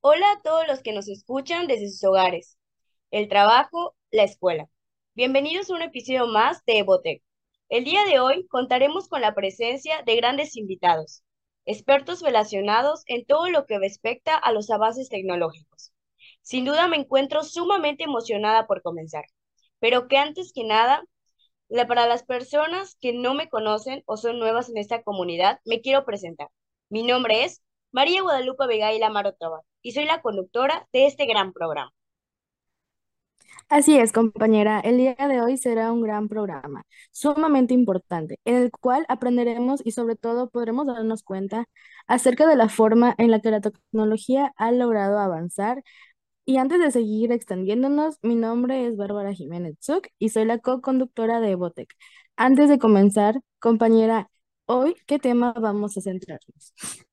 Hola a todos los que nos escuchan desde sus hogares, el trabajo, la escuela. Bienvenidos a un episodio más de Evotec. El día de hoy contaremos con la presencia de grandes invitados, expertos relacionados en todo lo que respecta a los avances tecnológicos. Sin duda me encuentro sumamente emocionada por comenzar, pero que antes que nada, para las personas que no me conocen o son nuevas en esta comunidad, me quiero presentar. Mi nombre es María Guadalupe Abigail Amaro Tobar y soy la conductora de este gran programa. Así es, compañera. El día de hoy será un gran programa, sumamente importante, en el cual aprenderemos y sobre todo podremos darnos cuenta acerca de la forma en la que la tecnología ha logrado avanzar. Y antes de seguir extendiéndonos, mi nombre es Bárbara Jiménez Zuc y soy la co-conductora de Evotec. Antes de comenzar, compañera, hoy, ¿qué tema vamos a centrarnos?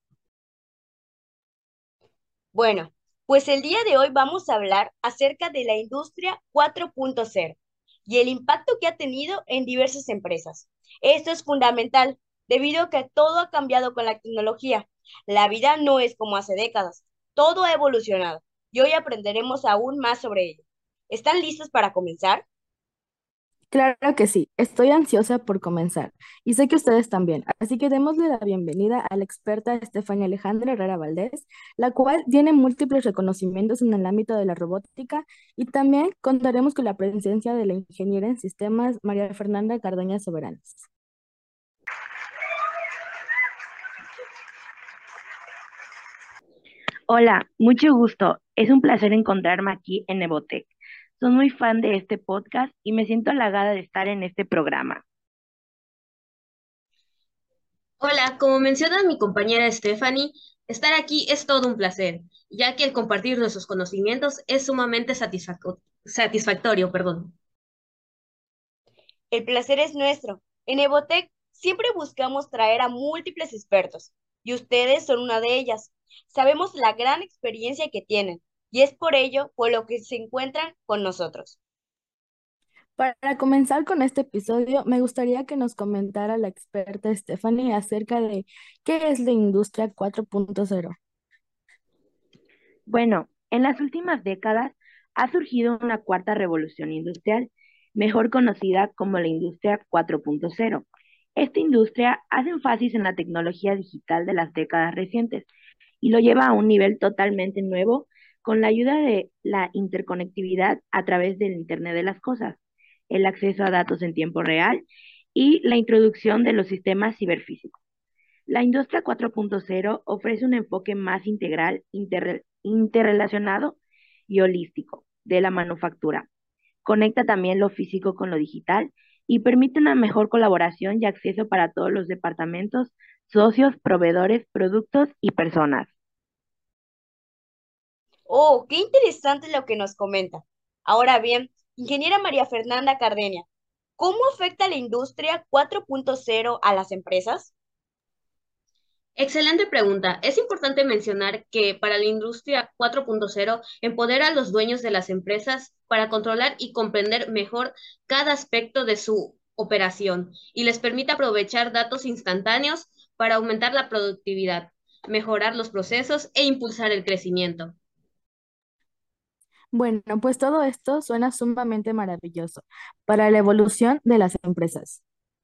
Bueno, pues el día de hoy vamos a hablar acerca de la industria 4.0 y el impacto que ha tenido en diversas empresas. Esto es fundamental debido a que todo ha cambiado con la tecnología. La vida no es como hace décadas, todo ha evolucionado y hoy aprenderemos aún más sobre ello. ¿Están listos para comenzar? Claro que sí, estoy ansiosa por comenzar y sé que ustedes también, así que démosle la bienvenida a la experta Estefania Alejandra Herrera Valdés, la cual tiene múltiples reconocimientos en el ámbito de la robótica y también contaremos con la presencia de la ingeniera en sistemas María Fernanda Cardaña Soberanes. Hola, mucho gusto. Es un placer encontrarme aquí en Evotec. Soy muy fan de este podcast y me siento halagada de estar en este programa. Hola, como menciona mi compañera Stephanie, estar aquí es todo un placer, ya que el compartir nuestros conocimientos es sumamente satisfactorio, perdón. El placer es nuestro. En Evotec siempre buscamos traer a múltiples expertos y ustedes son una de ellas. Sabemos la gran experiencia que tienen y es por ello por lo que se encuentran con nosotros. Para comenzar con este episodio, me gustaría que nos comentara la experta Stephanie acerca de qué es la industria 4.0. Bueno, en las últimas décadas ha surgido una cuarta revolución industrial, mejor conocida como la industria 4.0. Esta industria hace énfasis en la tecnología digital de las décadas recientes y lo lleva a un nivel totalmente nuevo con la ayuda de la interconectividad a través del Internet de las Cosas, el acceso a datos en tiempo real y la introducción de los sistemas ciberfísicos. La industria 4.0 ofrece un enfoque más integral, interrelacionado y holístico de la manufactura. Conecta también lo físico con lo digital y permite una mejor colaboración y acceso para todos los departamentos, socios, proveedores, productos y personas. Oh, qué interesante lo que nos comenta. Ahora bien, ingeniera María Fernanda Cardenia, ¿cómo afecta la industria 4.0 a las empresas? Excelente pregunta. Es importante mencionar que para la industria 4.0 empodera a los dueños de las empresas para controlar y comprender mejor cada aspecto de su operación y les permite aprovechar datos instantáneos para aumentar la productividad, mejorar los procesos e impulsar el crecimiento. Bueno, pues todo esto suena sumamente maravilloso para la evolución de las empresas.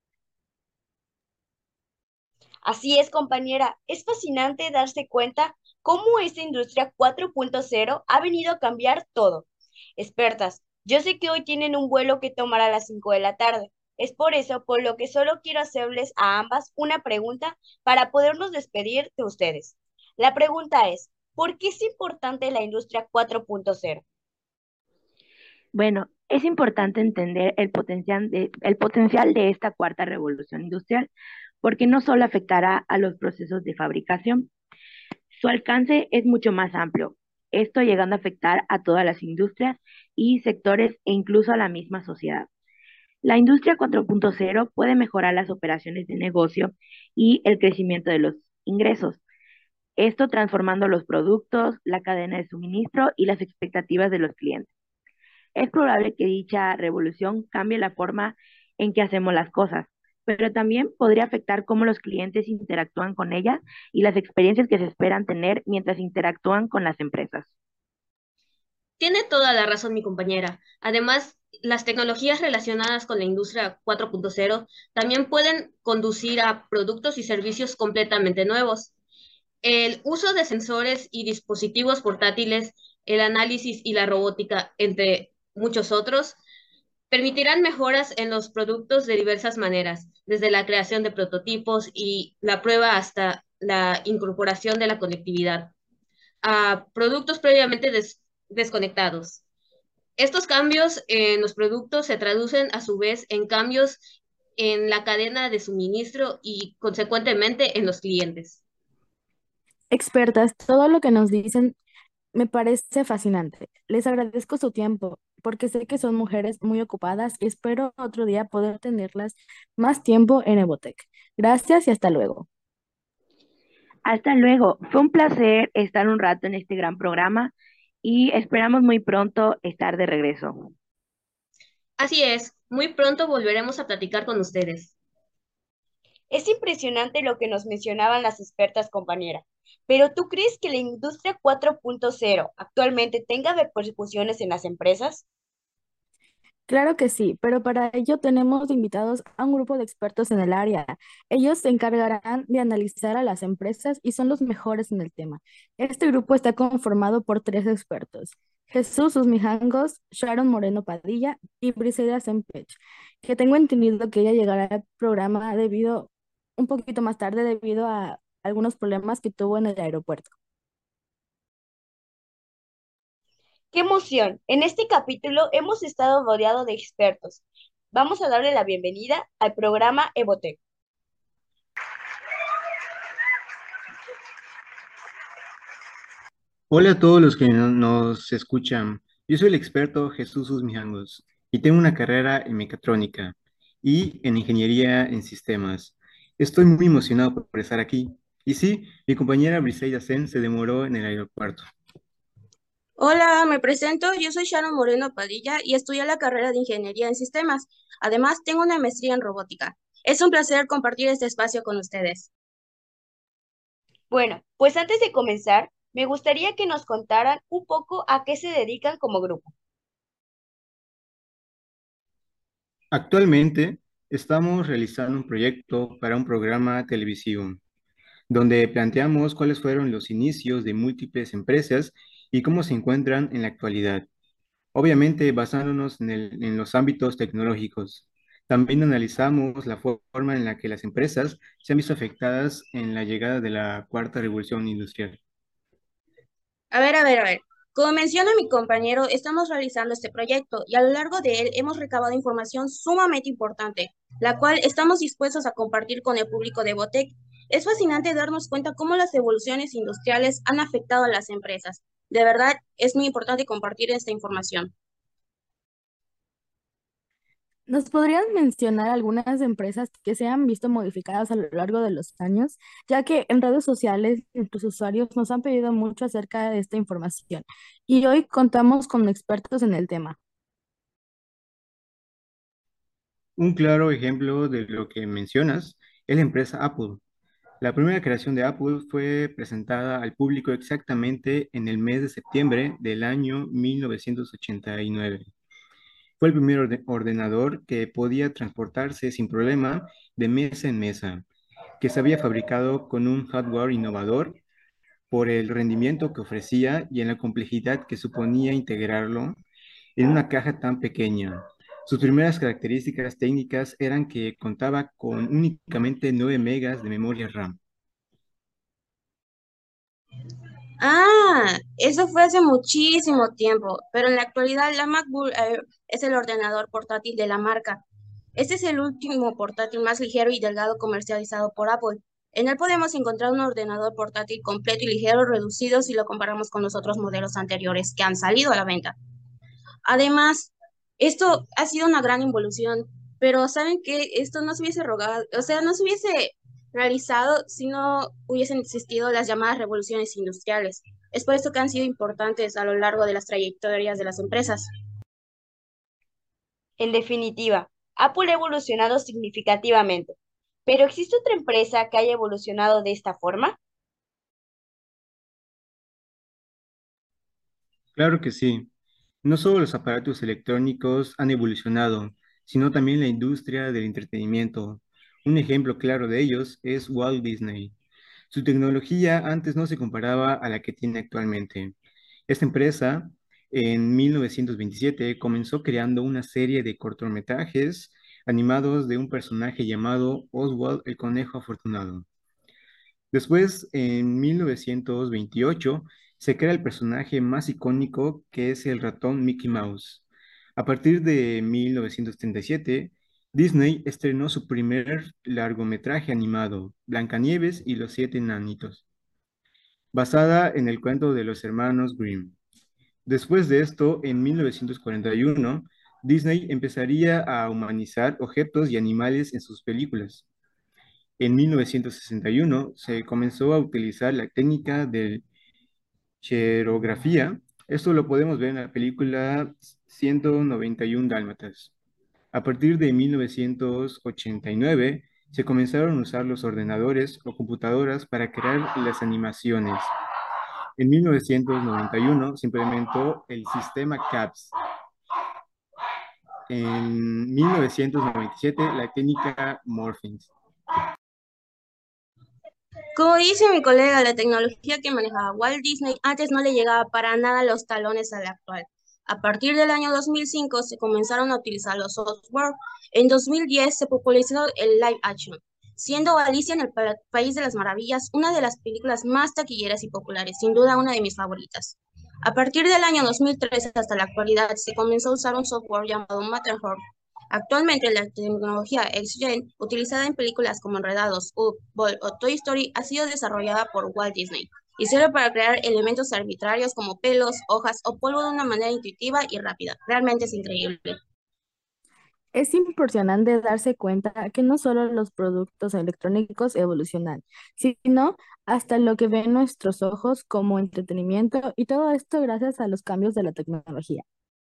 Así es, compañera, es fascinante darse cuenta cómo esta industria 4.0 ha venido a cambiar todo. Expertas, yo sé que hoy tienen un vuelo que tomar a las 5 de la tarde. Es por eso por lo que solo quiero hacerles a ambas una pregunta para podernos despedir de ustedes. La pregunta es, ¿por qué es importante la industria 4.0? Bueno, es importante entender el potencial de esta cuarta revolución industrial, porque no solo afectará a los procesos de fabricación, su alcance es mucho más amplio, esto llegando a afectar a todas las industrias y sectores e incluso a la misma sociedad. La industria 4.0 puede mejorar las operaciones de negocio y el crecimiento de los ingresos, esto transformando los productos, la cadena de suministro y las expectativas de los clientes. Es probable que dicha revolución cambie la forma en que hacemos las cosas, pero también podría afectar cómo los clientes interactúan con ella y las experiencias que se esperan tener mientras interactúan con las empresas. Tiene toda la razón mi compañera. Además, las tecnologías relacionadas con la industria 4.0 también pueden conducir a productos y servicios completamente nuevos. El uso de sensores y dispositivos portátiles, el análisis y la robótica, entre muchos otros, permitirán mejoras en los productos de diversas maneras, desde la creación de prototipos y la prueba hasta la incorporación de la conectividad a productos previamente desconectados. Estos cambios en los productos se traducen a su vez en cambios en la cadena de suministro y consecuentemente en los clientes. Expertas, todo lo que nos dicen me parece fascinante. Les agradezco su tiempo, porque sé que son mujeres muy ocupadas y espero otro día poder tenerlas más tiempo en Evotec. Gracias y hasta luego. Hasta luego. Fue un placer estar un rato en este gran programa y esperamos muy pronto estar de regreso. Así es, muy pronto volveremos a platicar con ustedes. Es impresionante lo que nos mencionaban las expertas, compañera. Pero ¿tú crees que la industria 4.0 actualmente tenga repercusiones en las empresas? Claro que sí, pero para ello tenemos invitados a un grupo de expertos en el área. Ellos se encargarán de analizar a las empresas y son los mejores en el tema. Este grupo está conformado por tres expertos: Jesús Usmijangos, Sharon Moreno Padilla y Briseida Sempech, que tengo entendido que ella llegará al programa debido, un poquito más tarde, debido a algunos problemas que tuvo en el aeropuerto. ¡Qué emoción! En este capítulo hemos estado rodeados de expertos. Vamos a darle la bienvenida al programa Evotec. Hola a todos los que nos escuchan. Yo soy el experto Jesús Mijangos y tengo una carrera en mecatrónica y en ingeniería en sistemas. Estoy muy emocionado por estar aquí. Y sí, mi compañera Briseida Sen se demoró en el aeropuerto. Hola, me presento, yo soy Sharon Moreno Padilla y estudié la carrera de Ingeniería en Sistemas. Además, tengo una maestría en robótica. Es un placer compartir este espacio con ustedes. Bueno, pues antes de comenzar, me gustaría que nos contaran un poco a qué se dedican como grupo. Actualmente estamos realizando un proyecto para un programa televisivo, donde planteamos cuáles fueron los inicios de múltiples empresas y cómo se encuentran en la actualidad. Obviamente basándonos en los ámbitos tecnológicos. También analizamos la forma en la que las empresas se han visto afectadas en la llegada de la cuarta revolución industrial. A ver. Como menciona mi compañero, estamos realizando este proyecto y a lo largo de él hemos recabado información sumamente importante, la cual estamos dispuestos a compartir con el público de Botec. Es fascinante darnos cuenta cómo las evoluciones industriales han afectado a las empresas. De verdad, es muy importante compartir esta información. ¿Nos podrían mencionar algunas empresas que se han visto modificadas a lo largo de los años? Ya que en redes sociales nuestros usuarios nos han pedido mucho acerca de esta información y hoy contamos con expertos en el tema. Un claro ejemplo de lo que mencionas es la empresa Apple. La primera creación de Apple fue presentada al público exactamente en el mes de septiembre del año 1989. Fue el primer ordenador que podía transportarse sin problema de mesa en mesa, que se había fabricado con un hardware innovador por el rendimiento que ofrecía y en la complejidad que suponía integrarlo en una caja tan pequeña. Sus primeras características técnicas eran que contaba con únicamente 9 megas de memoria RAM. Eso fue hace muchísimo tiempo, pero en la actualidad la MacBook Air es el ordenador portátil de la marca. Este es el último portátil más ligero y delgado comercializado por Apple. En él podemos encontrar un ordenador portátil completo y ligero reducido si lo comparamos con los otros modelos anteriores que han salido a la venta. Además, esto ha sido una gran evolución, pero saben que esto no se hubiese rogado, o sea, no se hubiese realizado si no hubiesen existido las llamadas revoluciones industriales. Es por esto que han sido importantes a lo largo de las trayectorias de las empresas. En definitiva, Apple ha evolucionado significativamente, ¿Pero existe otra empresa que haya evolucionado de esta forma? Claro que sí. No solo los aparatos electrónicos han evolucionado, sino también la industria del entretenimiento. Un ejemplo claro de ellos es Walt Disney. Su tecnología antes no se comparaba a la que tiene actualmente. Esta empresa, en 1927, comenzó creando una serie de cortometrajes animados de un personaje llamado Oswald el Conejo Afortunado. Después, en 1928, se crea el personaje más icónico que es el ratón Mickey Mouse. A partir de 1937, Disney estrenó su primer largometraje animado, Blancanieves y los siete enanitos, basada en el cuento de los hermanos Grimm. Después de esto, en 1941, Disney empezaría a humanizar objetos y animales en sus películas. En 1961 se comenzó a utilizar la técnica de xerografía. Esto lo podemos ver en la película 191 Dálmatas. A partir de 1989 se comenzaron a usar los ordenadores o computadoras para crear las animaciones. En 1991 se implementó el sistema CAPS. En 1997 la técnica Morphings. Como dice mi colega, la tecnología que manejaba Walt Disney antes no le llegaba para nada a los talones a la actual. A partir del año 2005 se comenzaron a utilizar los software. En 2010 se popularizó el live action, siendo Alicia en el País de las Maravillas una de las películas más taquilleras y populares, sin duda una de mis favoritas. A partir del año 2013 hasta la actualidad se comenzó a usar un software llamado Matterhorn. Actualmente, la tecnología X-Gen, utilizada en películas como Enredados, Up, Ball o Toy Story, ha sido desarrollada por Walt Disney y sirve para crear elementos arbitrarios como pelos, hojas o polvo de una manera intuitiva y rápida. Realmente es increíble. Es impresionante darse cuenta que no solo los productos electrónicos evolucionan, sino hasta lo que ven nuestros ojos como entretenimiento y todo esto gracias a los cambios de la tecnología.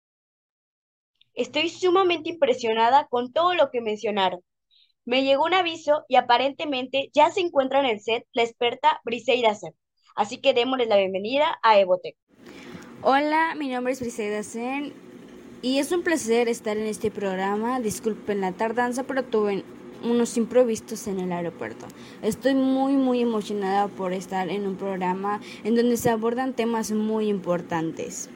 Estoy sumamente impresionada con todo lo que mencionaron. Me llegó un aviso y aparentemente ya se encuentra en el set la experta Briseida Sen. Así que démosle la bienvenida a Evotech. Hola, mi nombre es Briseida Sen y es un placer estar en este programa. Disculpen la tardanza, pero tuve unos imprevistos en el aeropuerto. Estoy muy emocionada por estar en un programa en donde se abordan temas muy importantes.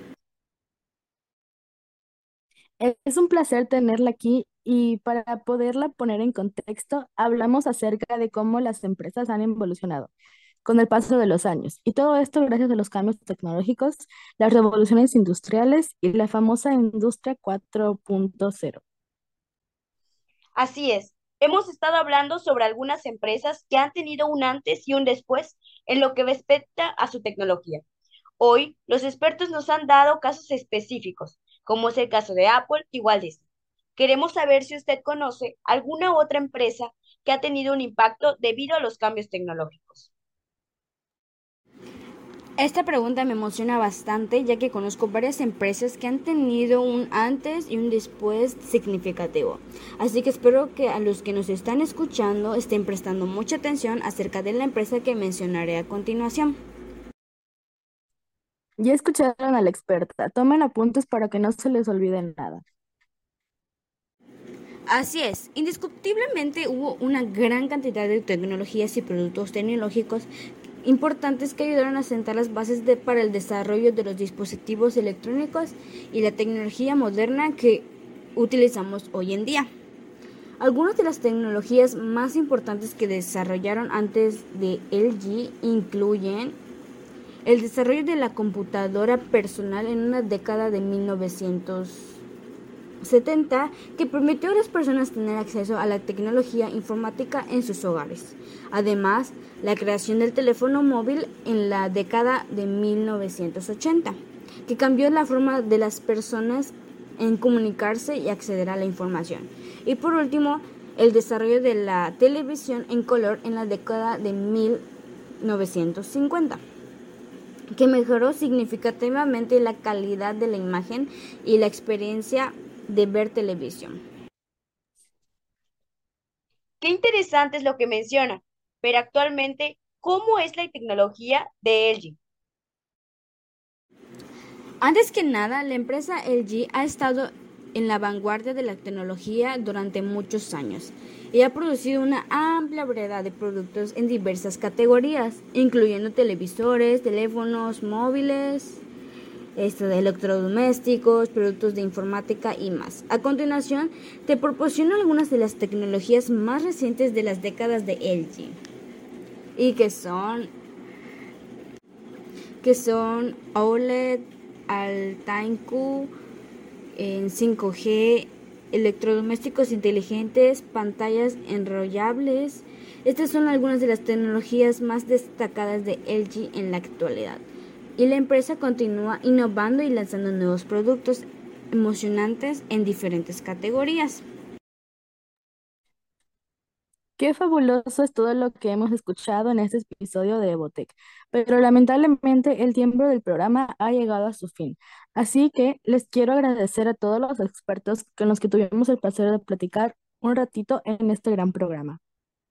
Es un placer tenerla aquí y para poderla poner en contexto, hablamos acerca de cómo las empresas han evolucionado con el paso de los años. Y todo esto gracias a los cambios tecnológicos, las revoluciones industriales y la famosa industria 4.0. Así es, hemos estado hablando sobre algunas empresas que han tenido un antes y un después en lo que respecta a su tecnología. Hoy, los expertos nos han dado casos específicos, como es el caso de Apple y Walt Disney. Queremos saber si usted conoce alguna otra empresa que ha tenido un impacto debido a los cambios tecnológicos. Esta pregunta me emociona bastante, ya que conozco varias empresas que han tenido un antes y un después significativo. Así que espero que a los que nos están escuchando estén prestando mucha atención acerca de la empresa que mencionaré a continuación. Ya escucharon a la experta, tomen apuntes para que no se les olvide nada. Así es, indiscutiblemente hubo una gran cantidad de tecnologías y productos tecnológicos importantes que ayudaron a sentar las bases para el desarrollo de los dispositivos electrónicos y la tecnología moderna que utilizamos hoy en día. Algunas de las tecnologías más importantes que desarrollaron antes de LG incluyen el desarrollo de la computadora personal en una década de 1970 que permitió a las personas tener acceso a la tecnología informática en sus hogares. Además, la creación del teléfono móvil en la década de 1980, que cambió la forma de las personas en comunicarse y acceder a la información. Y por último, el desarrollo de la televisión en color en la década de 1950, que mejoró significativamente la calidad de la imagen y la experiencia de ver televisión. Qué interesante es lo que menciona, pero actualmente, ¿cómo es la tecnología de LG? Antes que nada, la empresa LG ha estado en la vanguardia de la tecnología durante muchos años y ha producido una amplia variedad de productos en diversas categorías, incluyendo televisores, teléfonos móviles, de electrodomésticos, productos de informática y más. A continuación, te proporciono algunas de las tecnologías más recientes de las décadas de LG y que son OLED, Altain-Q, en 5G, electrodomésticos inteligentes, pantallas enrollables. Estas son algunas de las tecnologías más destacadas de LG en la actualidad. Y la empresa continúa innovando y lanzando nuevos productos emocionantes en diferentes categorías. Qué fabuloso es todo lo que hemos escuchado en este episodio de Evotech, pero lamentablemente el tiempo del programa ha llegado a su fin. Así que les quiero agradecer a todos los expertos con los que tuvimos el placer de platicar un ratito en este gran programa.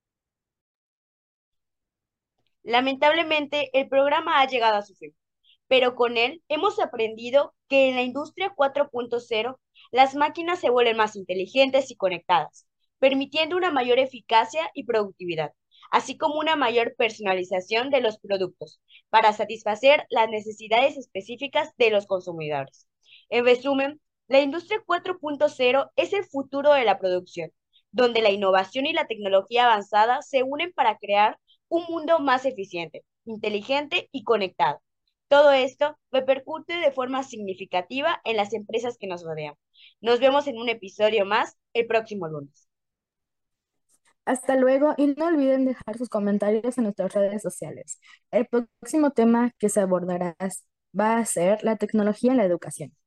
Lamentablemente, el programa ha llegado a su fin, pero con él hemos aprendido que en la industria 4.0 las máquinas se vuelven más inteligentes y conectadas, permitiendo una mayor eficacia y productividad, así como una mayor personalización de los productos para satisfacer las necesidades específicas de los consumidores. En resumen, la industria 4.0 es el futuro de la producción, donde la innovación y la tecnología avanzada se unen para crear un mundo más eficiente, inteligente y conectado. Todo esto repercute de forma significativa en las empresas que nos rodean. Nos vemos en un episodio más el próximo lunes. Hasta luego y no olviden dejar sus comentarios en nuestras redes sociales. El próximo tema que se abordará va a ser la tecnología en la educación.